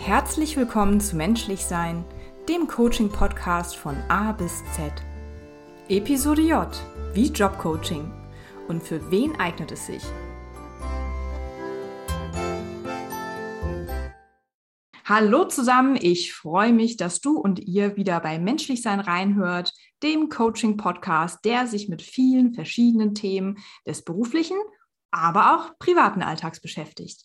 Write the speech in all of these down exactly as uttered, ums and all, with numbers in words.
Herzlich willkommen zu Menschlich Sein, dem Coaching-Podcast von A bis Z. Episode J, wie Jobcoaching. Und für wen eignet es sich? Hallo zusammen, ich freue mich, dass du und ihr wieder bei Menschlich Sein reinhört, dem Coaching-Podcast, der sich mit vielen verschiedenen Themen des beruflichen, aber auch privaten Alltags beschäftigt.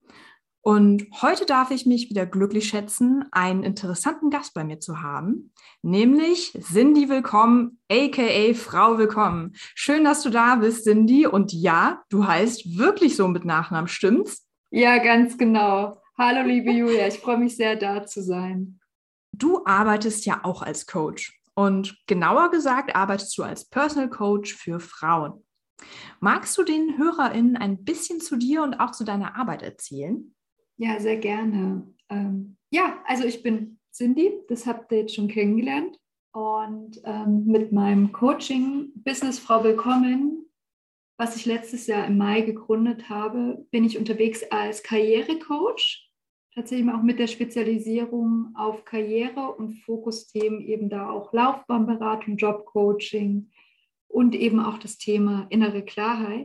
Und heute darf ich mich wieder glücklich schätzen, einen interessanten Gast bei mir zu haben, nämlich Cindy Willkommen, aka Frau Willkommen. Schön, dass du da bist, Cindy. Und ja, du heißt wirklich so mit Nachnamen, stimmt's? Ja, ganz genau. Hallo, liebe Julia, ich freue mich sehr, da zu sein. Du arbeitest ja auch als Coach und genauer gesagt arbeitest du als Personal Coach für Frauen. Magst du den HörerInnen ein bisschen zu dir und auch zu deiner Arbeit erzählen? Ja, sehr gerne. Ähm, ja, also ich bin Cindy, das habt ihr jetzt schon kennengelernt. Und ähm, mit meinem Coaching-Business Frau Willkommen, was ich letztes Jahr im Mai gegründet habe, bin ich unterwegs als Karrierecoach. Tatsächlich auch mit der Spezialisierung auf Karriere und Fokusthemen eben da auch Laufbahnberatung, Jobcoaching und eben auch das Thema innere Klarheit.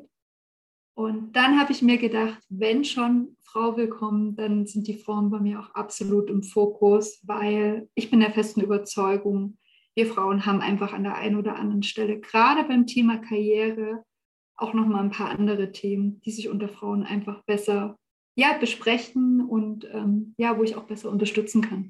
Und dann habe ich mir gedacht, wenn schon Frau Willkommen, dann sind die Frauen bei mir auch absolut im Fokus, weil ich bin der festen Überzeugung, wir Frauen haben einfach an der einen oder anderen Stelle, gerade beim Thema Karriere, auch nochmal ein paar andere Themen, die sich unter Frauen einfach besser ja, besprechen und ähm, ja, wo ich auch besser unterstützen kann.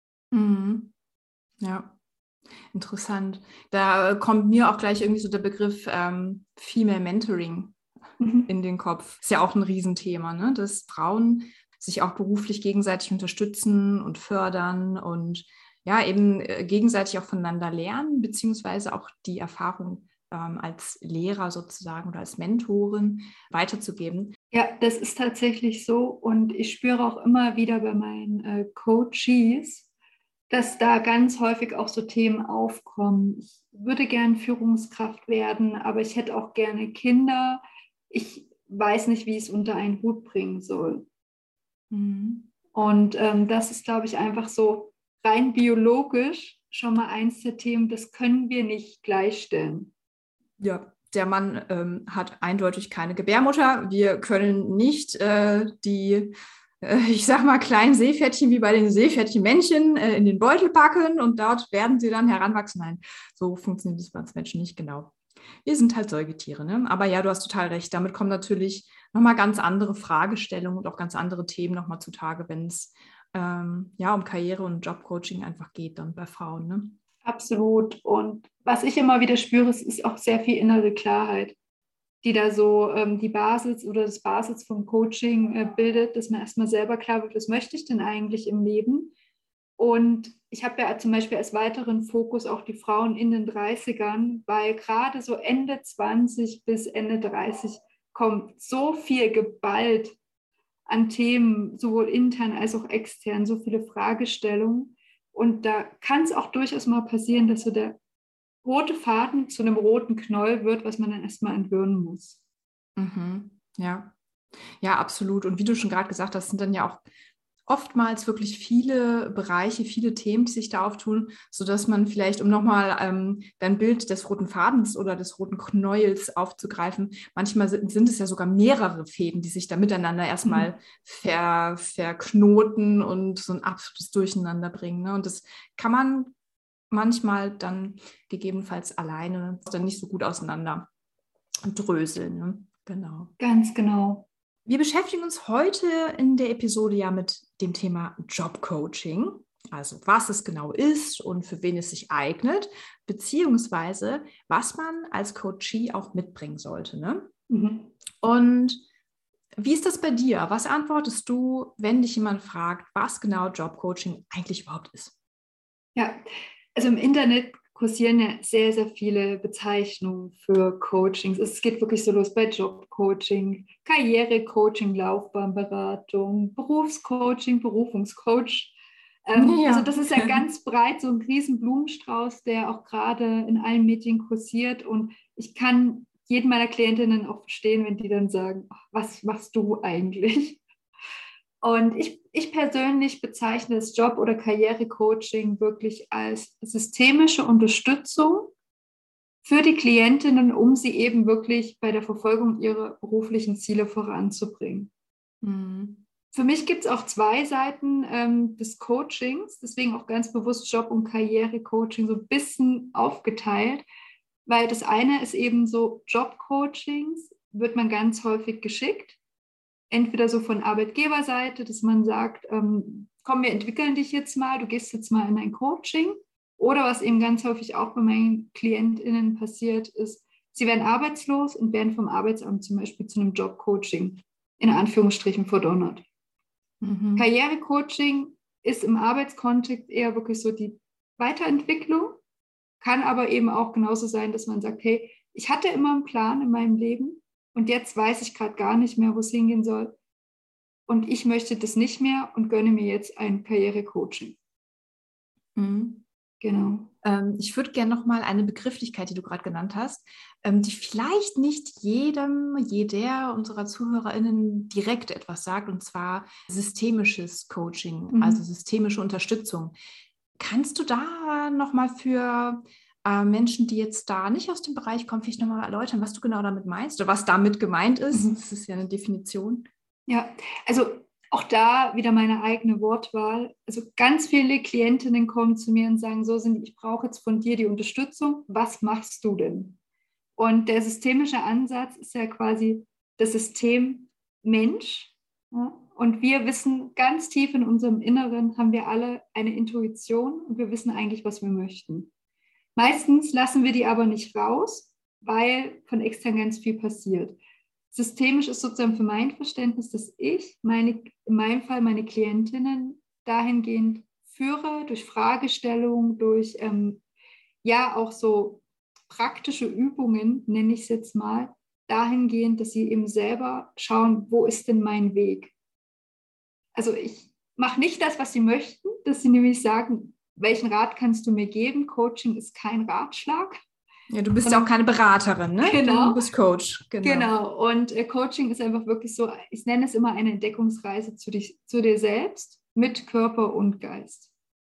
Mhm. Ja. Interessant. Da kommt mir auch gleich irgendwie so der Begriff ähm, Female Mentoring mhm. in den Kopf. Ist ja auch ein Riesenthema, ne? Dass Frauen sich auch beruflich gegenseitig unterstützen und fördern und ja, eben äh, gegenseitig auch voneinander lernen, beziehungsweise auch die Erfahrung ähm, als Lehrer sozusagen oder als Mentorin weiterzugeben. Ja, das ist tatsächlich so und ich spüre auch immer wieder bei meinen äh, Coaches, dass da ganz häufig auch so Themen aufkommen. Ich würde gern Führungskraft werden, aber ich hätte auch gerne Kinder. Ich weiß nicht, wie ich es unter einen Hut bringen soll. Mhm. Und ähm, das ist, glaube ich, einfach so rein biologisch schon mal eins der Themen, das können wir nicht gleichstellen. Ja, der Mann ähm, hat eindeutig keine Gebärmutter. Wir können nicht äh, die ich sag mal, kleinen Seepferdchen wie bei den Seepferdchenmännchen äh, in den Beutel packen und dort werden sie dann heranwachsen. Nein, so funktioniert das bei uns Menschen nicht genau. Wir sind halt Säugetiere, ne? Aber ja, du hast total recht. Damit kommen natürlich nochmal ganz andere Fragestellungen und auch ganz andere Themen nochmal zutage, wenn es ähm, ja, um Karriere und Jobcoaching einfach geht dann bei Frauen, ne? Absolut. Und was ich immer wieder spüre, ist, ist auch sehr viel innere Klarheit, die da so ähm, die Basis oder das Basis vom Coaching äh, bildet, dass man erstmal selber klar wird, was möchte ich denn eigentlich im Leben? Und ich habe ja zum Beispiel als weiteren Fokus auch die Frauen in den dreißigern, weil gerade so Ende zwanzig bis Ende dreißig kommt so viel geballt an Themen, sowohl intern als auch extern, so viele Fragestellungen. Und da kann es auch durchaus mal passieren, dass so der rote Faden zu einem roten Knoll wird, was man dann erstmal entwirren muss. Mhm. Ja. Ja, absolut. Und wie du schon gerade gesagt hast, sind dann ja auch oftmals wirklich viele Bereiche, viele Themen, die sich da auftun, sodass man vielleicht, um nochmal ähm, dein Bild des roten Fadens oder des roten Knäuels aufzugreifen, manchmal sind, sind es ja sogar mehrere Fäden, die sich da miteinander erstmal mhm. ver, verknoten und so ein absolutes Durcheinander bringen. Ne? Und das kann man manchmal dann gegebenenfalls alleine dann nicht so gut auseinander dröseln. Ne? Genau. Ganz genau. Wir beschäftigen uns heute in der Episode ja mit dem Thema Jobcoaching, also was es genau ist und für wen es sich eignet, beziehungsweise was man als Coachee auch mitbringen sollte. Ne? Mhm. Und wie ist das bei dir? Was antwortest du, wenn dich jemand fragt, was genau Jobcoaching eigentlich überhaupt ist? Ja, also im Internet kursieren ja sehr, sehr viele Bezeichnungen für Coachings. Es geht wirklich so los bei Jobcoaching, Karrierecoaching, Laufbahnberatung, Berufscoaching, Berufungscoach. Ähm, ja. Also das ist ja ganz breit, so ein riesen Blumenstrauß, der auch gerade in allen Medien kursiert. Und ich kann jeden meiner Klientinnen auch verstehen, wenn die dann sagen, ach, was machst du eigentlich? Und ich, ich persönlich bezeichne das Job- oder Karrierecoaching wirklich als systemische Unterstützung für die Klientinnen, um sie eben wirklich bei der Verfolgung ihrer beruflichen Ziele voranzubringen. Mhm. Für mich gibt es auch zwei Seiten ähm, des Coachings, deswegen auch ganz bewusst Job- und Karrierecoaching so ein bisschen aufgeteilt, weil das eine ist eben so, Jobcoachings wird man ganz häufig geschickt, entweder so von Arbeitgeberseite, dass man sagt, ähm, komm, wir entwickeln dich jetzt mal, du gehst jetzt mal in ein Coaching. Oder was eben ganz häufig auch bei meinen KlientInnen passiert ist, sie werden arbeitslos und werden vom Arbeitsamt zum Beispiel zu einem Jobcoaching in Anführungsstrichen verdonnert. Mhm. Karrierecoaching ist im Arbeitskontext eher wirklich so die Weiterentwicklung, kann aber eben auch genauso sein, dass man sagt, hey, ich hatte immer einen Plan in meinem Leben und jetzt weiß ich gerade gar nicht mehr, wo es hingehen soll und ich möchte das nicht mehr und gönne mir jetzt ein Karrierecoaching. Mhm. Genau. Ähm, ich würde gerne noch mal eine Begrifflichkeit, die du gerade genannt hast, ähm, die vielleicht nicht jedem, jeder unserer ZuhörerInnen direkt etwas sagt, und zwar systemisches Coaching, Mhm. also systemische Unterstützung. Kannst du da noch mal für äh, Menschen, die jetzt da nicht aus dem Bereich kommen, vielleicht noch mal erläutern, was du genau damit meinst oder was damit gemeint ist? Mhm. Das ist ja eine Definition. Ja, also auch da wieder meine eigene Wortwahl. Also ganz viele Klientinnen kommen zu mir und sagen, so Cindy, ich brauche jetzt von dir die Unterstützung. Was machst du denn? Und der systemische Ansatz ist ja quasi das System Mensch. Ja? Und wir wissen ganz tief in unserem Inneren, haben wir alle eine Intuition und wir wissen eigentlich, was wir möchten. Meistens lassen wir die aber nicht raus, weil von extern ganz viel passiert. Systemisch ist sozusagen für mein Verständnis, dass ich meine, in meinem Fall meine Klientinnen dahingehend führe, durch Fragestellung, durch ähm, ja auch so praktische Übungen, nenne ich es jetzt mal, dahingehend, dass sie eben selber schauen, wo ist denn mein Weg? Also ich mache nicht das, was sie möchten, dass sie nämlich sagen, welchen Rat kannst du mir geben? Coaching ist kein Ratschlag. Ja, du bist ja auch keine Beraterin, ne? Genau. Du bist Coach. Genau. Genau. Und äh, Coaching ist einfach wirklich so, ich nenne es immer eine Entdeckungsreise zu, dich, zu dir selbst mit Körper und Geist.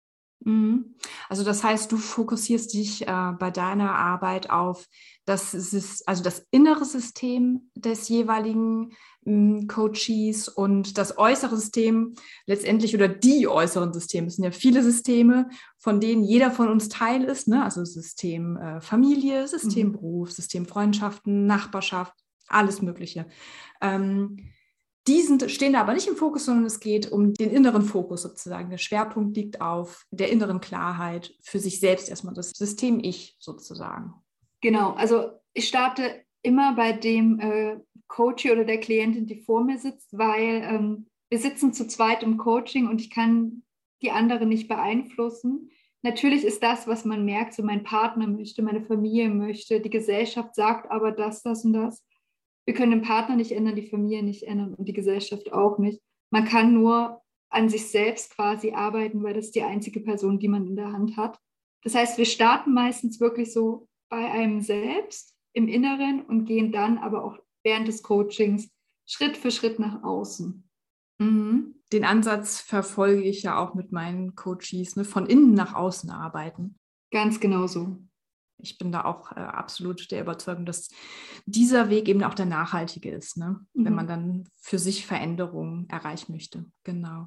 Mhm. Also das heißt, du fokussierst dich äh, bei deiner Arbeit auf das, Sys- also das innere System des jeweiligen ähm, Coaches und das äußere System letztendlich oder die äußeren Systeme. Es sind ja viele Systeme, von denen jeder von uns Teil ist, ne? Also System äh, Familie, System Mhm. Beruf, System Freundschaften, Nachbarschaft, alles Mögliche. Ähm, Die sind, stehen da aber nicht im Fokus, sondern es geht um den inneren Fokus sozusagen. Der Schwerpunkt liegt auf der inneren Klarheit für sich selbst erstmal, das System Ich sozusagen. Genau, also ich starte immer bei dem äh, Coach oder der Klientin, die vor mir sitzt, weil ähm, wir sitzen zu zweit im Coaching und ich kann die andere nicht beeinflussen. Natürlich ist das, was man merkt, so mein Partner möchte, meine Familie möchte, die Gesellschaft sagt aber das, das und das. Wir können den Partner nicht ändern, die Familie nicht ändern und die Gesellschaft auch nicht. Man kann nur an sich selbst quasi arbeiten, weil das ist die einzige Person, die man in der Hand hat. Das heißt, wir starten meistens wirklich so bei einem selbst im Inneren und gehen dann aber auch während des Coachings Schritt für Schritt nach außen. Mhm. Den Ansatz verfolge ich ja auch mit meinen Coaches, ne? Von innen nach außen arbeiten. Ganz genau so. Ich bin da auch äh, absolut der Überzeugung, dass dieser Weg eben auch der nachhaltige ist, ne? Mhm. Wenn man dann für sich Veränderungen erreichen möchte. Genau.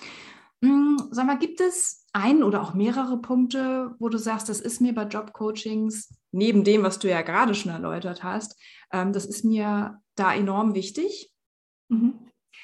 Mm, Sag mal, gibt es ein oder auch mehrere Punkte, wo du sagst, das ist mir bei Jobcoachings, neben dem, was du ja gerade schon erläutert hast, ähm, das ist mir da enorm wichtig? Mhm.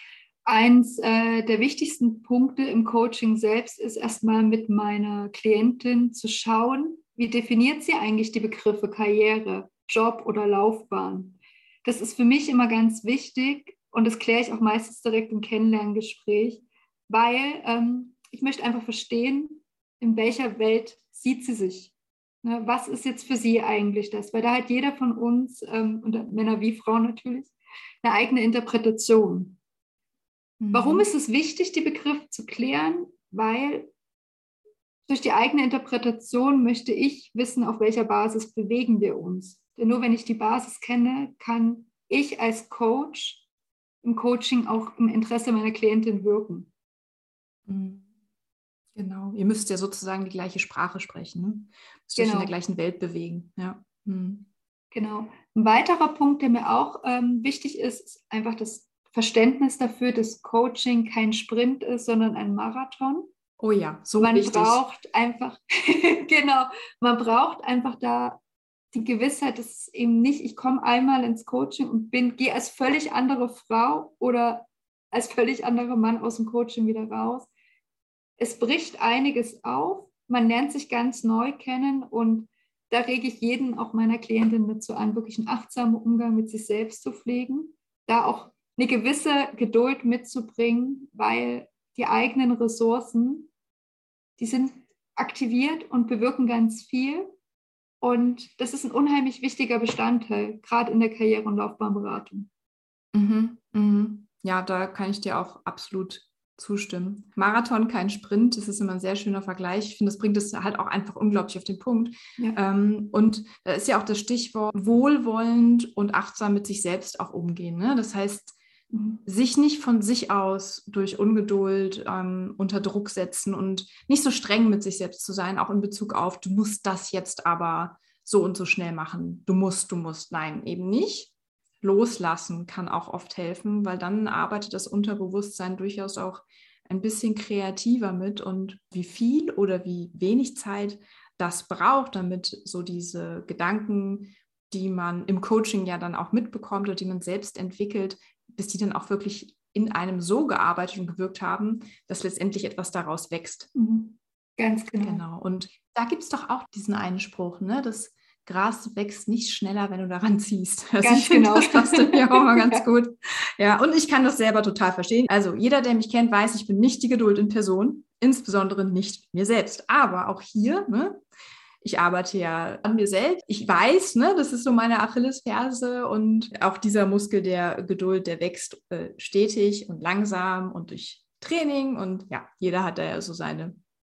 Eins äh, der wichtigsten Punkte im Coaching selbst ist erstmal mit meiner Klientin zu schauen, wie definiert sie eigentlich die Begriffe Karriere, Job oder Laufbahn. Das ist für mich immer ganz wichtig und das kläre ich auch meistens direkt im Kennenlerngespräch, weil ähm, ich möchte einfach verstehen, in welcher Welt sieht sie sich. Ne, was ist jetzt für sie eigentlich das? Weil da hat jeder von uns, ähm, und Männer wie Frauen natürlich, eine eigene Interpretation. Warum Mhm. ist es wichtig, die Begriffe zu klären? Weil durch die eigene Interpretation möchte ich wissen, auf welcher Basis bewegen wir uns. Denn nur wenn ich die Basis kenne, kann ich als Coach im Coaching auch im Interesse meiner Klientin wirken. Genau, ihr müsst ja sozusagen die gleiche Sprache sprechen, ne? Müsst euch Genau. in der gleichen Welt bewegen. Ja. Mhm. Genau. Ein weiterer Punkt, der mir auch ähm, wichtig ist, ist einfach das Verständnis dafür, dass Coaching kein Sprint ist, sondern ein Marathon. Oh ja, so man wichtig. braucht einfach, genau, man braucht einfach da die Gewissheit, dass es eben nicht, ich komme einmal ins Coaching und bin, gehe als völlig andere Frau oder als völlig anderer Mann aus dem Coaching wieder raus. Es bricht einiges auf, man lernt sich ganz neu kennen und da rege ich jeden, auch meiner Klientin dazu an, wirklich einen achtsamen Umgang mit sich selbst zu pflegen, da auch eine gewisse Geduld mitzubringen, weil die eigenen Ressourcen, die sind aktiviert und bewirken ganz viel. Und das ist ein unheimlich wichtiger Bestandteil, gerade in der Karriere- und Laufbahnberatung. Mhm, mhm. Ja, da kann ich dir auch absolut zustimmen. Marathon, kein Sprint, das ist immer ein sehr schöner Vergleich. Ich finde, das bringt es halt auch einfach unglaublich auf den Punkt. Ja. Ähm, und da ist ja auch das Stichwort wohlwollend und achtsam mit sich selbst auch umgehen. Ne? Das heißt, mhm. sich nicht von sich aus durch Ungeduld ähm, unter Druck setzen und nicht so streng mit sich selbst zu sein, auch in Bezug auf, du musst das jetzt aber so und so schnell machen. Du musst, du musst. Nein, eben nicht. Loslassen kann auch oft helfen, weil dann arbeitet das Unterbewusstsein durchaus auch ein bisschen kreativer mit und wie viel oder wie wenig Zeit das braucht, damit so diese Gedanken, die man im Coaching ja dann auch mitbekommt oder die man selbst entwickelt, bis die dann auch wirklich in einem so gearbeitet und gewirkt haben, dass letztendlich etwas daraus wächst. Mhm. Ganz genau. Genau. Und da gibt es doch auch diesen einen Spruch, ne, dass Gras wächst nicht schneller, wenn du daran ziehst. Also ganz ich finde, genau. das passt mir auch mal ganz ja. gut. Ja, und ich kann das selber total verstehen. Also jeder, der mich kennt, weiß, ich bin nicht die Geduld in Person, insbesondere nicht mit mir selbst. Aber auch hier, ne, ich arbeite ja an mir selbst. Ich weiß, ne, das ist so meine Achillesferse und auch dieser Muskel der Geduld, der wächst äh, stetig und langsam und durch Training und ja, jeder hat da ja so seine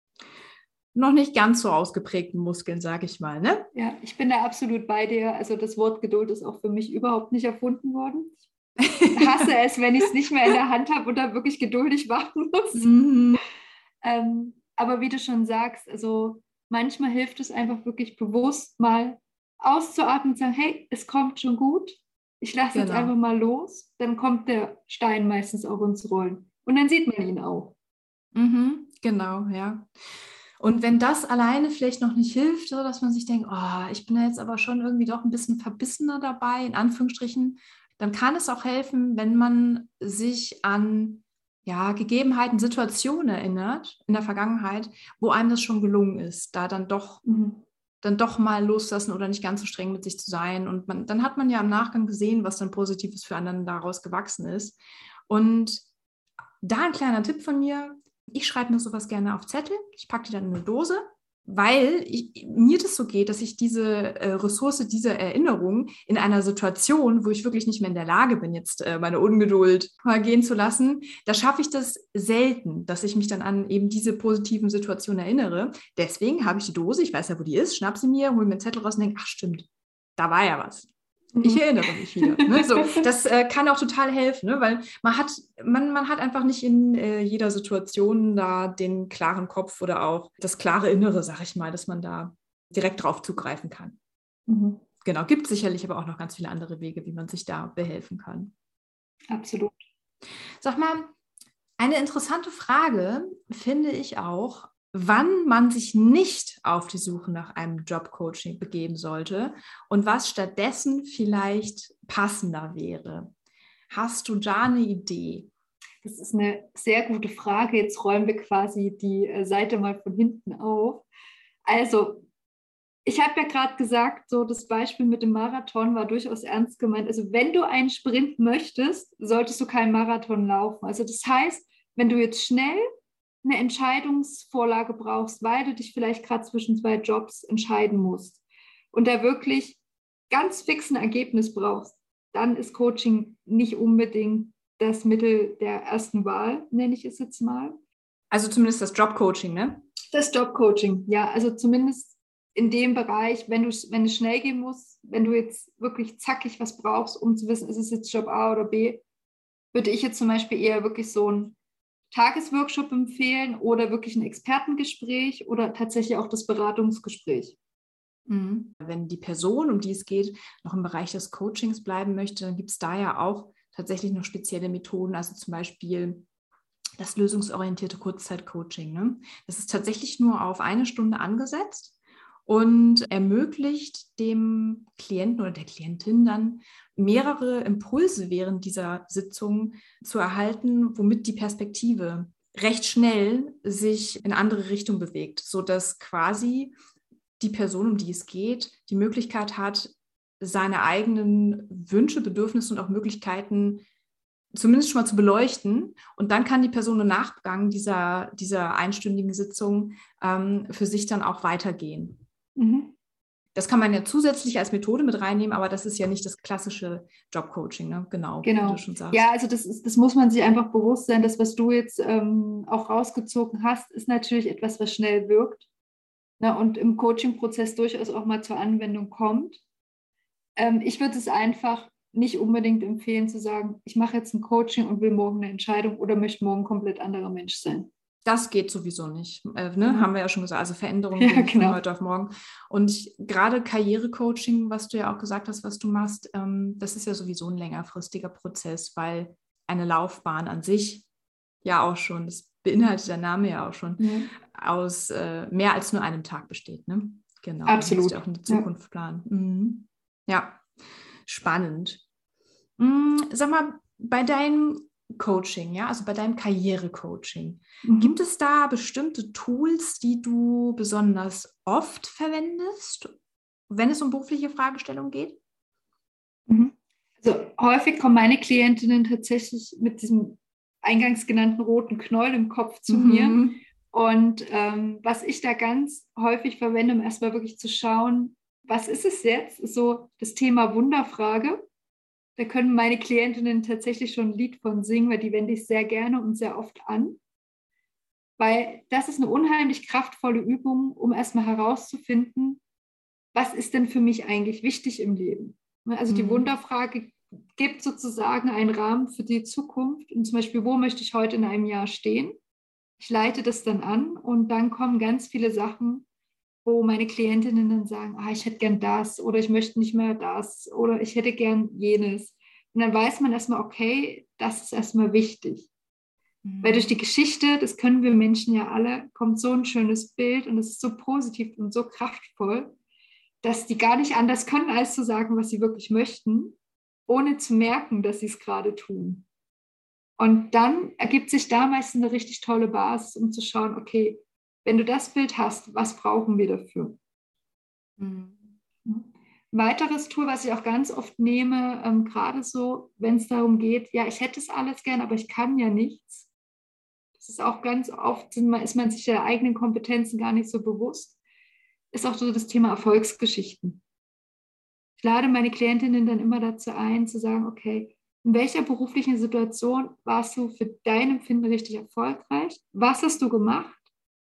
noch nicht ganz so ausgeprägten Muskeln, sage ich mal, ne? Ja, ich bin da absolut bei dir. Also das Wort Geduld ist auch für mich überhaupt nicht erfunden worden. Ich hasse es, wenn ich es nicht mehr in der Hand habe und da wirklich geduldig warten muss. Mhm. Ähm, aber wie du schon sagst, also manchmal hilft es einfach wirklich bewusst mal auszuatmen und zu sagen, hey, es kommt schon gut. Ich lasse genau. jetzt einfach mal los. Dann kommt der Stein meistens auch ins Rollen. Und dann sieht man ihn auch. Mhm, genau, ja. Und wenn das alleine vielleicht noch nicht hilft, so dass man sich denkt, oh, ich bin da jetzt aber schon irgendwie doch ein bisschen verbissener dabei, in Anführungsstrichen, dann kann es auch helfen, wenn man sich an ja, Gegebenheiten, Situationen erinnert in der Vergangenheit, wo einem das schon gelungen ist, da dann doch, mhm. dann doch mal loslassen oder nicht ganz so streng mit sich zu sein. Und man, dann hat man ja im Nachgang gesehen, was dann Positives für anderen daraus gewachsen ist. Und da ein kleiner Tipp von mir: Ich schreibe mir sowas gerne auf Zettel, ich packe die dann in eine Dose, weil ich, mir das so geht, dass ich diese äh, Ressource, diese Erinnerung in einer Situation, wo ich wirklich nicht mehr in der Lage bin, jetzt äh, meine Ungeduld mal gehen zu lassen, da schaffe ich das selten, dass ich mich dann an eben diese positiven Situationen erinnere. Deswegen habe ich die Dose, ich weiß ja, wo die ist, schnapp sie mir, hole mir einen Zettel raus und denke, ach stimmt, da war ja was. Ich erinnere mich wieder. Ne? So, das äh, kann auch total helfen, ne? Weil man hat, man, man hat einfach nicht in äh, jeder Situation da den klaren Kopf oder auch das klare Innere, sag ich mal, dass man da direkt drauf zugreifen kann. Mhm. Genau, gibt sicherlich aber auch noch ganz viele andere Wege, wie man sich da behelfen kann. Absolut. Sag mal, eine interessante Frage finde ich auch, wann man sich nicht auf die Suche nach einem Jobcoaching begeben sollte und was stattdessen vielleicht passender wäre. Hast du da eine Idee? Das ist eine sehr gute Frage. Jetzt räumen wir quasi die Seite mal von hinten auf. Also, ich habe ja gerade gesagt, so das Beispiel mit dem Marathon war durchaus ernst gemeint. Also, wenn du einen Sprint möchtest, solltest du keinen Marathon laufen. Also, das heißt, wenn du jetzt schnell eine Entscheidungsvorlage brauchst, weil du dich vielleicht gerade zwischen zwei Jobs entscheiden musst und da wirklich ganz fix ein Ergebnis brauchst, dann ist Coaching nicht unbedingt das Mittel der ersten Wahl, nenne ich es jetzt mal. Also zumindest das Jobcoaching, ne? Das Jobcoaching, ja, also zumindest in dem Bereich, wenn du, wenn es schnell gehen muss, wenn du jetzt wirklich zackig was brauchst, um zu wissen, ist es jetzt Job A oder B, würde ich jetzt zum Beispiel eher wirklich so einen Tagesworkshop empfehlen oder wirklich ein Expertengespräch oder tatsächlich auch das Beratungsgespräch. Mhm. Wenn die Person, um die es geht, noch im Bereich des Coachings bleiben möchte, dann gibt es da ja auch tatsächlich noch spezielle Methoden, also zum Beispiel das lösungsorientierte Kurzzeitcoaching. Ne? Das ist tatsächlich nur auf eine Stunde angesetzt und ermöglicht dem Klienten oder der Klientin dann mehrere Impulse während dieser Sitzung zu erhalten, womit die Perspektive recht schnell sich in andere Richtung bewegt, sodass quasi die Person, um die es geht, die Möglichkeit hat, seine eigenen Wünsche, Bedürfnisse und auch Möglichkeiten zumindest schon mal zu beleuchten. Und dann kann die Person im Nachgang dieser, dieser einstündigen Sitzung ähm, für sich dann auch weitergehen. Mhm. Das kann man ja zusätzlich als Methode mit reinnehmen, aber das ist ja nicht das klassische Jobcoaching, ne? Genau, Genau. wie du schon sagst. Ja, also das, ist, das muss man sich einfach bewusst sein. Das, was du jetzt ähm, auch rausgezogen hast, ist natürlich etwas, was schnell wirkt, ne, und im Coaching-Prozess durchaus auch mal zur Anwendung kommt. Ähm, ich würde es einfach nicht unbedingt empfehlen zu sagen, ich mache jetzt ein Coaching und will morgen eine Entscheidung oder möchte morgen ein komplett anderer Mensch sein. Das geht sowieso nicht, äh, ne? Ja. Haben wir ja schon gesagt. Also Veränderungen Ja, gehen nicht genau. von heute auf morgen. Und ich, gerade Karrierecoaching, was du ja auch gesagt hast, was du machst, ähm, das ist ja sowieso ein längerfristiger Prozess, weil eine Laufbahn an sich ja auch schon, das beinhaltet der Name ja auch schon, Ja. aus äh, mehr als nur einem Tag besteht. Ne? Genau, Absolut. du musst ja auch in die Zukunft ja. planen. Mhm. Ja, spannend. Mhm, sag mal, bei deinem Coaching, ja, also bei deinem Karrierecoaching, mhm. gibt es da bestimmte Tools, die du besonders oft verwendest, wenn es um berufliche Fragestellungen geht? Mhm. Also häufig kommen meine Klientinnen tatsächlich mit diesem eingangs genannten roten Knäuel im Kopf zu mhm. mir. Und ähm, was ich da ganz häufig verwende, um erstmal wirklich zu schauen, was ist es jetzt, ist so das Thema Wunderfrage. Da können meine Klientinnen tatsächlich schon ein Lied von singen, weil die wende ich sehr gerne und sehr oft an. Weil das ist eine unheimlich kraftvolle Übung, um erstmal herauszufinden, was ist denn für mich eigentlich wichtig im Leben? Also die mhm. Wunderfrage gibt sozusagen einen Rahmen für die Zukunft. Und zum Beispiel, wo möchte ich heute in einem Jahr stehen? Ich leite das dann an und dann kommen ganz viele Sachen, wo meine Klientinnen dann sagen, ah, ich hätte gern das oder ich möchte nicht mehr das oder ich hätte gern jenes. Und dann weiß man erstmal, okay, das ist erstmal wichtig. Mhm. Weil durch die Geschichte, das können wir Menschen ja alle, kommt so ein schönes Bild und es ist so positiv und so kraftvoll, dass die gar nicht anders können, als zu sagen, was sie wirklich möchten, ohne zu merken, dass sie es gerade tun. Und dann ergibt sich da meistens eine richtig tolle Basis, um zu schauen, okay, wenn du das Bild hast, was brauchen wir dafür? Mhm. Ein weiteres Tool, was ich auch ganz oft nehme, ähm, gerade so, wenn es darum geht, ja, ich hätte es alles gern, aber ich kann ja nichts. Das ist auch ganz oft, ist man sich der eigenen Kompetenzen gar nicht so bewusst, ist auch so das Thema Erfolgsgeschichten. Ich lade meine Klientinnen dann immer dazu ein, zu sagen, okay, in welcher beruflichen Situation warst du für dein Empfinden richtig erfolgreich? Was hast du gemacht?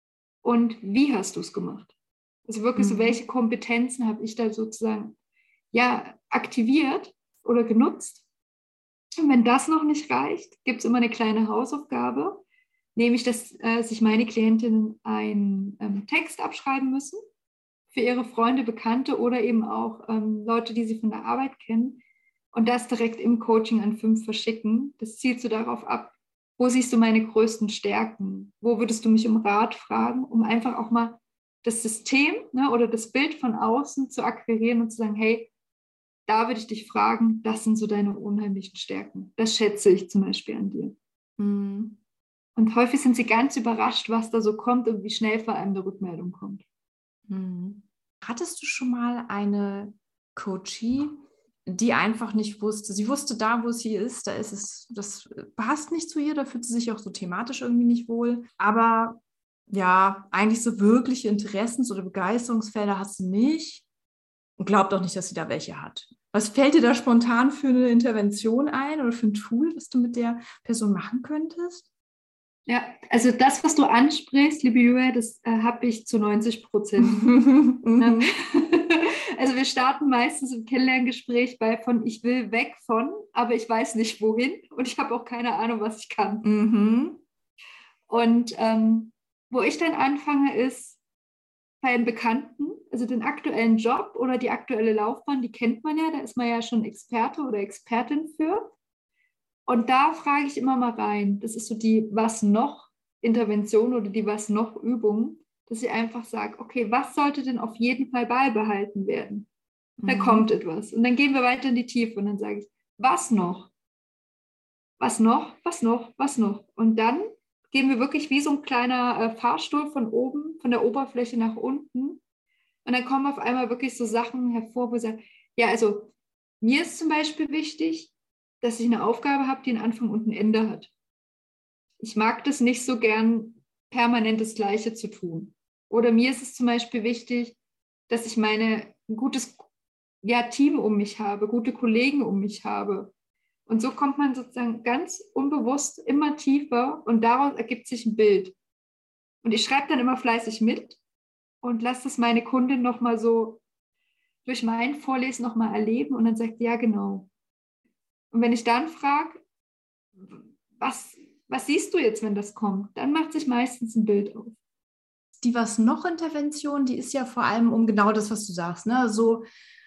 Und wie hast du es gemacht? Also wirklich mhm. so, welche Kompetenzen habe ich da sozusagen ja, aktiviert oder genutzt? Und wenn das noch nicht reicht, gibt es immer eine kleine Hausaufgabe, nämlich, dass äh, sich meine Klientinnen einen ähm, Text abschreiben müssen für ihre Freunde, Bekannte oder eben auch ähm, Leute, die sie von der Arbeit kennen und das direkt im Coaching an fünf verschicken. Das zielt so darauf ab, wo siehst du meine größten Stärken? Wo würdest du mich um Rat fragen, um einfach auch mal das System, ne, oder das Bild von außen zu akquirieren und zu sagen, hey, da würde ich dich fragen, das sind so deine unheimlichen Stärken. Das schätze ich zum Beispiel an dir. Mhm. Und häufig sind sie ganz überrascht, was da so kommt und wie schnell vor allem eine Rückmeldung kommt. Mhm. Hattest du schon mal eine Coachie, die einfach nicht wusste, sie wusste da, wo sie ist, da ist es, das passt nicht zu ihr, da fühlt sie sich auch so thematisch irgendwie nicht wohl, aber ja, eigentlich so wirkliche Interessens- oder Begeisterungsfelder hast du nicht und glaubt auch nicht, dass sie da welche hat. Was fällt dir da spontan für eine Intervention ein oder für ein Tool, was du mit der Person machen könntest? Ja, also das, was du ansprichst, liebe Julia, das äh, habe ich zu neunzig Prozent. Also wir starten meistens im Kennenlerngespräch bei von ich will weg von, aber ich weiß nicht wohin und ich habe auch keine Ahnung, was ich kann. Mhm. Und ähm, wo ich dann anfange, ist bei einem Bekannten, also den aktuellen Job oder die aktuelle Laufbahn, die kennt man ja, da ist man ja schon Experte oder Expertin für. Und da frage ich immer mal rein. Das ist so die Was noch Intervention oder die Was noch Übung, dass ich einfach sage, okay, was sollte denn auf jeden Fall beibehalten werden? Da Mhm. kommt etwas. Und dann gehen wir weiter in die Tiefe und dann sage ich, was noch? Was noch? Was noch? Was noch? Und dann gehen wir wirklich wie so ein kleiner äh, Fahrstuhl von oben, von der Oberfläche nach unten. Und dann kommen auf einmal wirklich so Sachen hervor, wo ich sage, ja, also mir ist zum Beispiel wichtig, dass ich eine Aufgabe habe, die einen Anfang und ein Ende hat. Ich mag das nicht so gern, permanent das Gleiche zu tun. Oder mir ist es zum Beispiel wichtig, dass ich meine, ein gutes ja, Team um mich habe, gute Kollegen um mich habe. Und so kommt man sozusagen ganz unbewusst immer tiefer und daraus ergibt sich ein Bild. Und ich schreibe dann immer fleißig mit und lasse das meine Kundin nochmal so durch mein Vorlesen nochmal erleben und dann sagt, ja, genau. Und wenn ich dann frage, was, was siehst du jetzt, wenn das kommt, dann macht sich meistens ein Bild auf. Die Was-noch-Intervention, die ist ja vor allem um genau das, was du sagst, ne? So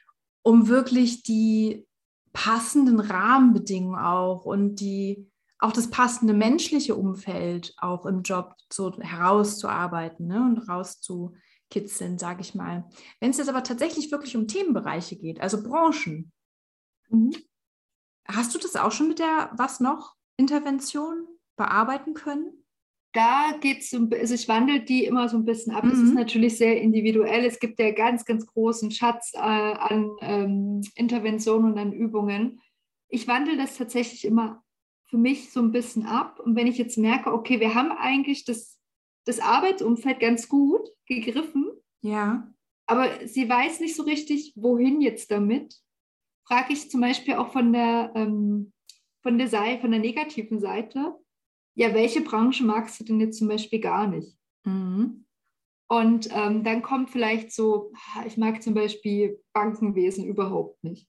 um wirklich die passenden Rahmenbedingungen auch und die auch das passende menschliche Umfeld auch im Job so herauszuarbeiten, ne? Und rauszukitzeln, sage ich mal. Wenn es jetzt aber tatsächlich wirklich um Themenbereiche geht, also Branchen, Mhm. hast du das auch schon mit der Was-noch-Intervention bearbeiten können? Da geht es, also ich wandle die immer so ein bisschen ab. Es Mhm. ist natürlich sehr individuell. Es gibt ja ganz, ganz großen Schatz äh, an ähm, Interventionen und an Übungen. Ich wandle das tatsächlich immer für mich so ein bisschen ab. Und wenn ich jetzt merke, okay, wir haben eigentlich das, das Arbeitsumfeld ganz gut gegriffen, Ja. aber sie weiß nicht so richtig, wohin jetzt damit, frage ich zum Beispiel auch von der, ähm, von der Seite, von der negativen Seite, ja, welche Branche magst du denn jetzt zum Beispiel gar nicht? Mhm. Und ähm, dann kommt vielleicht so, ich mag zum Beispiel Bankenwesen überhaupt nicht.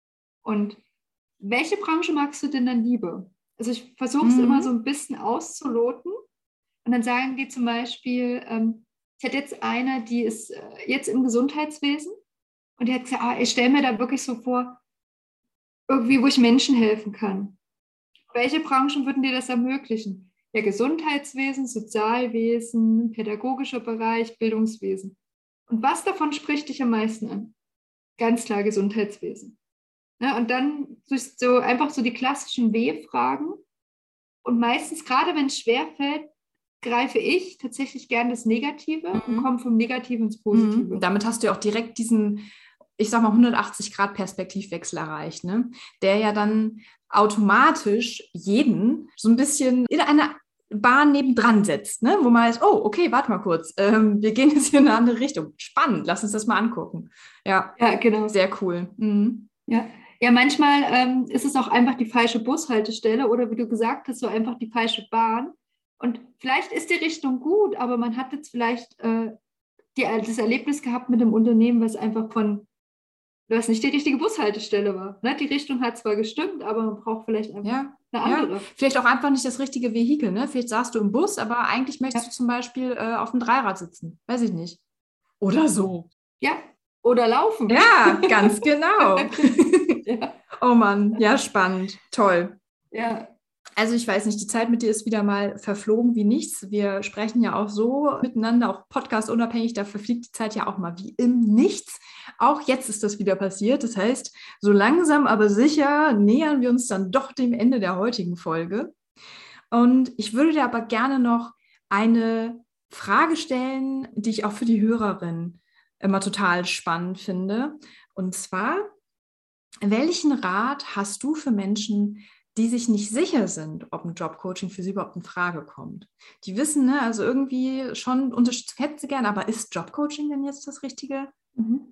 Und welche Branche magst du denn dann lieber? Also ich versuche es immer so Mhm. ein bisschen auszuloten. Und dann sagen die zum Beispiel, ähm, ich hatte jetzt eine, die ist äh, jetzt im Gesundheitswesen und die hat gesagt, ah, ich stelle mir da wirklich so vor, irgendwie, wo ich Menschen helfen kann. Welche Branchen würden dir das ermöglichen? Ja, Gesundheitswesen, Sozialwesen, pädagogischer Bereich, Bildungswesen. Und was davon spricht dich am meisten an? Ganz klar Gesundheitswesen. Ja, und dann so einfach so die klassischen W-Fragen. Und meistens, gerade wenn es schwerfällt, greife ich tatsächlich gern das Negative und komme Mhm. vom Negativen ins Mhm. Positive. Damit hast du ja auch direkt diesen, ich sag mal, hundertachtzig Grad Perspektivwechsel erreicht, ne? Der ja dann automatisch jeden so ein bisschen in eine Bahn nebendran setzt, ne? Wo man heißt, oh, okay, warte mal kurz, ähm, wir gehen jetzt hier in eine andere Richtung. Spannend, lass uns das mal angucken. Ja, Ja, genau. sehr cool. Mhm. Ja, ja, manchmal ähm, ist es auch einfach die falsche Bushaltestelle oder wie du gesagt hast, so einfach die falsche Bahn. Und vielleicht ist die Richtung gut, aber man hat jetzt vielleicht äh, die, das Erlebnis gehabt mit dem Unternehmen, was einfach von, was nicht die richtige Bushaltestelle war. Ne? Die Richtung hat zwar gestimmt, aber man braucht vielleicht einfach Ja, eine ja. andere. Vielleicht auch einfach nicht das richtige Vehikel, ne? Vielleicht saßt du im Bus, aber eigentlich möchtest Ja, du zum Beispiel äh, auf dem Dreirad sitzen. Weiß ich nicht. Oder so. ja. Oder laufen. Ja, ganz genau. Ja, Oh Mann, ja, spannend. Toll. ja, Also ich weiß nicht, die Zeit mit dir ist wieder mal verflogen wie nichts. Wir sprechen ja auch so miteinander, auch Podcast unabhängig, da verfliegt die Zeit ja auch mal wie im Nichts. Auch jetzt ist das wieder passiert. Das heißt, so langsam aber sicher nähern wir uns dann doch dem Ende der heutigen Folge. Und ich würde dir aber gerne noch eine Frage stellen, die ich auch für die Hörerin immer total spannend finde. Und zwar, welchen Rat hast du für Menschen, die sich nicht sicher sind, ob ein Jobcoaching für sie überhaupt in Frage kommt? Die wissen, ne, also irgendwie schon Unterstützung hätten sie gerne, aber ist Jobcoaching denn jetzt das Richtige? mhm.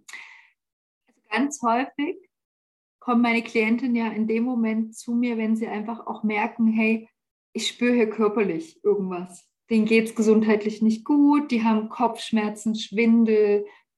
Also ganz häufig kommen meine Klientinnen ja in dem Moment zu mir, wenn sie einfach auch merken, hey, ich spüre hier körperlich irgendwas. Denen geht es gesundheitlich nicht gut, die haben Kopfschmerzen, Schwindel,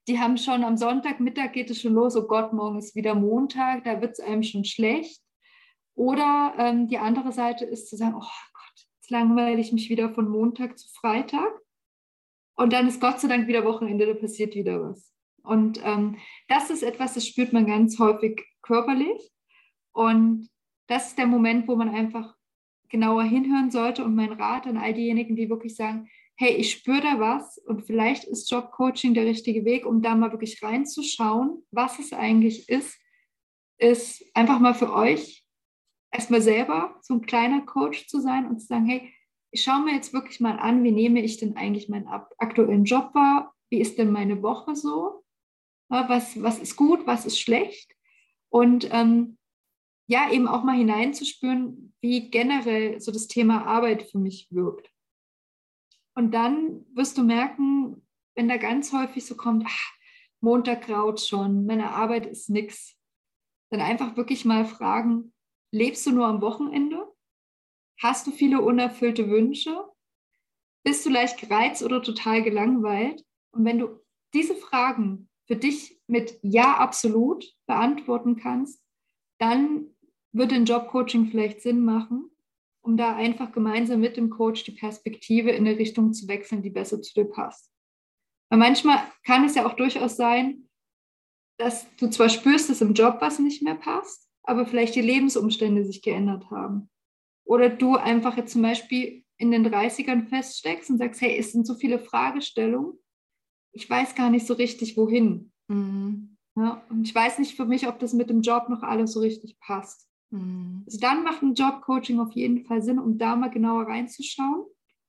die haben schon am Sonntagmittag geht es schon los, oh Gott, morgen ist wieder Montag, da wird es einem schon schlecht. Oder ähm, die andere Seite ist zu sagen, oh Gott, jetzt langweile ich mich wieder von Montag zu Freitag. Und dann ist Gott sei Dank wieder Wochenende, da passiert wieder was. Und ähm, das ist etwas, das spürt man ganz häufig körperlich. Und das ist der Moment, wo man einfach genauer hinhören sollte. Und mein Rat an all diejenigen, die wirklich sagen, hey, ich spüre da was und vielleicht ist Jobcoaching der richtige Weg, um da mal wirklich reinzuschauen, was es eigentlich ist, ist einfach mal für euch erstmal selber so ein kleiner Coach zu sein und zu sagen, hey, ich schaue mir jetzt wirklich mal an, wie nehme ich denn eigentlich meinen aktuellen Job wahr? Wie ist denn meine Woche so? Was, was ist gut, was ist schlecht? Und ähm, ja, eben auch mal hineinzuspüren, wie generell so das Thema Arbeit für mich wirkt. Und dann wirst du merken, wenn da ganz häufig so kommt, ach, Montag graut schon, meine Arbeit ist nix, dann einfach wirklich mal fragen, lebst du nur am Wochenende? Hast du viele unerfüllte Wünsche? Bist du leicht gereizt oder total gelangweilt? Und wenn du diese Fragen für dich mit Ja, absolut beantworten kannst, dann wird ein Jobcoaching vielleicht Sinn machen, um da einfach gemeinsam mit dem Coach die Perspektive in eine Richtung zu wechseln, die besser zu dir passt. Weil manchmal kann es ja auch durchaus sein, dass du zwar spürst, dass im Job was nicht mehr passt, aber vielleicht die Lebensumstände sich geändert haben. Oder du einfach jetzt zum Beispiel in den dreißigern feststeckst und sagst, hey, es sind so viele Fragestellungen, ich weiß gar nicht so richtig, wohin. Mhm. Ja, und ich weiß nicht für mich, ob das mit dem Job noch alles so richtig passt. Mhm. Also dann macht ein Jobcoaching auf jeden Fall Sinn, um da mal genauer reinzuschauen.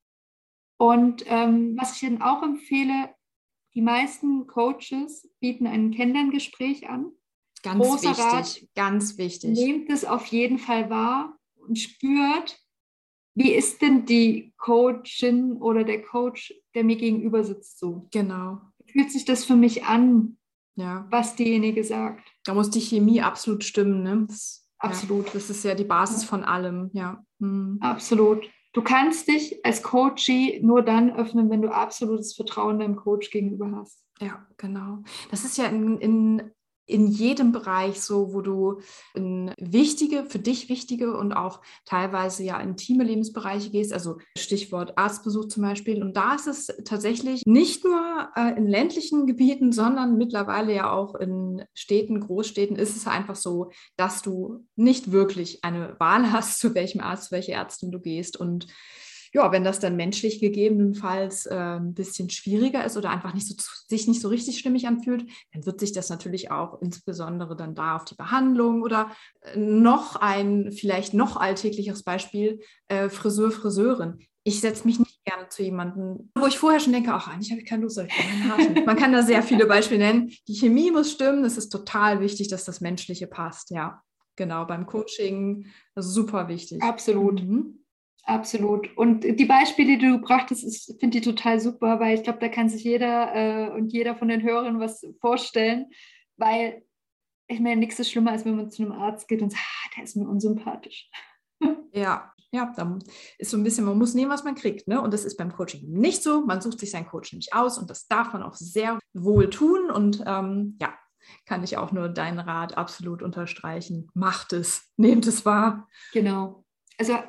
Und ähm, was ich dann auch empfehle, die meisten Coaches bieten ein Kennenlerngespräch an. Ganz Großer wichtig, Rat, ganz wichtig. nehmt es auf jeden Fall wahr und spürt, wie ist denn die Coachin oder der Coach, der mir gegenüber sitzt, so? Genau. Fühlt sich das für mich an, Ja. was diejenige sagt? Da muss die Chemie absolut stimmen, ne? Das, Absolut. Ja, das ist ja die Basis von allem, ja. Mhm. Absolut. Du kannst dich als Coachee nur dann öffnen, wenn du absolutes Vertrauen deinem Coach gegenüber hast. Ja, genau. Das ist ja in, in, in jedem Bereich so, wo du in wichtige, für dich wichtige und auch teilweise ja intime Lebensbereiche gehst, also Stichwort Arztbesuch zum Beispiel. Und da ist es tatsächlich nicht nur äh, in ländlichen Gebieten, sondern mittlerweile ja auch in Städten, Großstädten ist es einfach so, dass du nicht wirklich eine Wahl hast, zu welchem Arzt, zu welcher Ärztin du gehst. Und ja, wenn das dann menschlich gegebenenfalls äh, ein bisschen schwieriger ist oder einfach nicht so, sich nicht so richtig stimmig anfühlt, dann wird sich das natürlich auch insbesondere dann da auf die Behandlung oder noch ein vielleicht noch alltäglicheres Beispiel, äh, Friseur, Friseurin. Ich setze mich nicht gerne zu jemandem, wo ich vorher schon denke, ach, eigentlich habe ich keine Lust, ich will meine Haare schneiden. Man kann da sehr viele Beispiele nennen. Die Chemie muss stimmen, es ist total wichtig, dass das Menschliche passt, ja. Genau, beim Coaching, das ist super wichtig. Absolut. Mhm. Absolut. Und die Beispiele, die du brachtest, ich finde die total super, weil ich glaube, da kann sich jeder äh, und jeder von den Hörern was vorstellen, weil ich meine, nichts ist schlimmer, als wenn man zu einem Arzt geht und sagt, ah, der ist mir unsympathisch. Ja, ja, dann ist so ein bisschen, man muss nehmen, was man kriegt, ne? Und das ist beim Coaching nicht so. Man sucht sich seinen Coach nicht aus und das darf man auch sehr wohl tun. Und ähm, ja, kann ich auch nur deinen Rat absolut unterstreichen. Macht es, nehmt es wahr. Genau. Also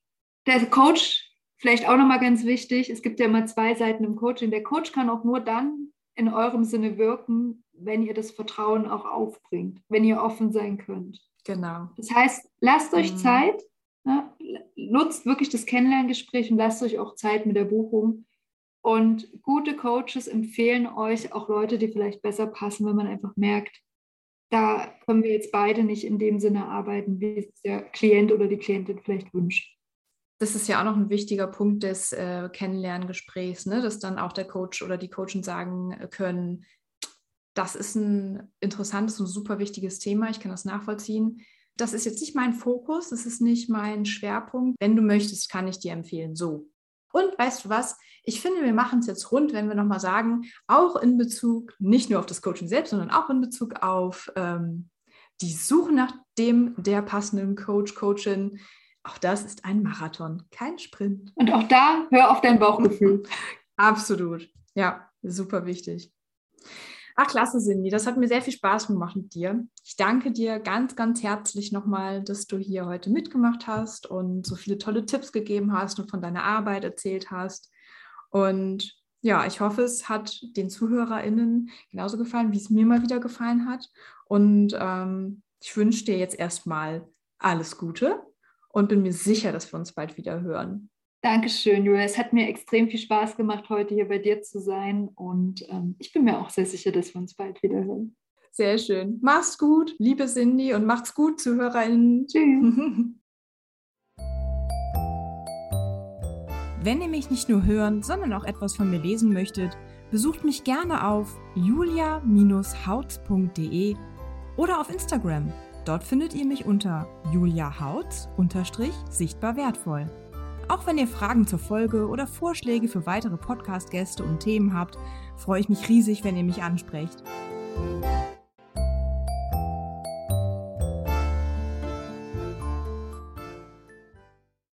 der Coach, vielleicht auch nochmal ganz wichtig, es gibt ja immer zwei Seiten im Coaching. Der Coach kann auch nur dann in eurem Sinne wirken, wenn ihr das Vertrauen auch aufbringt, wenn ihr offen sein könnt. Genau. Das heißt, lasst euch Mhm. Zeit, ne? Nutzt wirklich das Kennenlerngespräch und lasst euch auch Zeit mit der Buchung. Und gute Coaches empfehlen euch auch Leute, die vielleicht besser passen, wenn man einfach merkt, da können wir jetzt beide nicht in dem Sinne arbeiten, wie es der Klient oder die Klientin vielleicht wünscht. Das ist ja auch noch ein wichtiger Punkt des äh, Kennenlerngesprächs, ne? Dass dann auch der Coach oder die Coachin sagen können, das ist ein interessantes und super wichtiges Thema, ich kann das nachvollziehen. Das ist jetzt nicht mein Fokus, das ist nicht mein Schwerpunkt. Wenn du möchtest, kann ich dir empfehlen, so. Und weißt du was? Ich finde, wir machen es jetzt rund, wenn wir nochmal sagen, auch in Bezug nicht nur auf das Coaching selbst, sondern auch in Bezug auf ähm, die Suche nach dem, der passenden Coach, Coachin. Auch das ist ein Marathon, kein Sprint. Und auch da, hör auf dein Bauchgefühl. Absolut. Ja, super wichtig. Ach, klasse, Cindy. Das hat mir sehr viel Spaß gemacht mit dir. Ich danke dir ganz, ganz herzlich nochmal, dass du hier heute mitgemacht hast und so viele tolle Tipps gegeben hast und von deiner Arbeit erzählt hast. Und ja, ich hoffe, es hat den ZuhörerInnen genauso gefallen, wie es mir mal wieder gefallen hat. Und ähm, ich wünsche dir jetzt erstmal alles Gute und bin mir sicher, dass wir uns bald wieder hören. Dankeschön, Julia. Es hat mir extrem viel Spaß gemacht, heute hier bei dir zu sein. Und ähm, ich bin mir auch sehr sicher, dass wir uns bald wieder hören. Sehr schön. Mach's gut, liebe Cindy, und macht's gut, ZuhörerInnen. Tschüss. Wenn ihr mich nicht nur hören, sondern auch etwas von mir lesen möchtet, besucht mich gerne auf julia Bindestrich hautz punkt de oder auf Instagram. Dort findet ihr mich unter juliahautz unterstrich sichtbar wertvoll. Auch wenn ihr Fragen zur Folge oder Vorschläge für weitere Podcast-Gäste und Themen habt, freue ich mich riesig, wenn ihr mich ansprecht.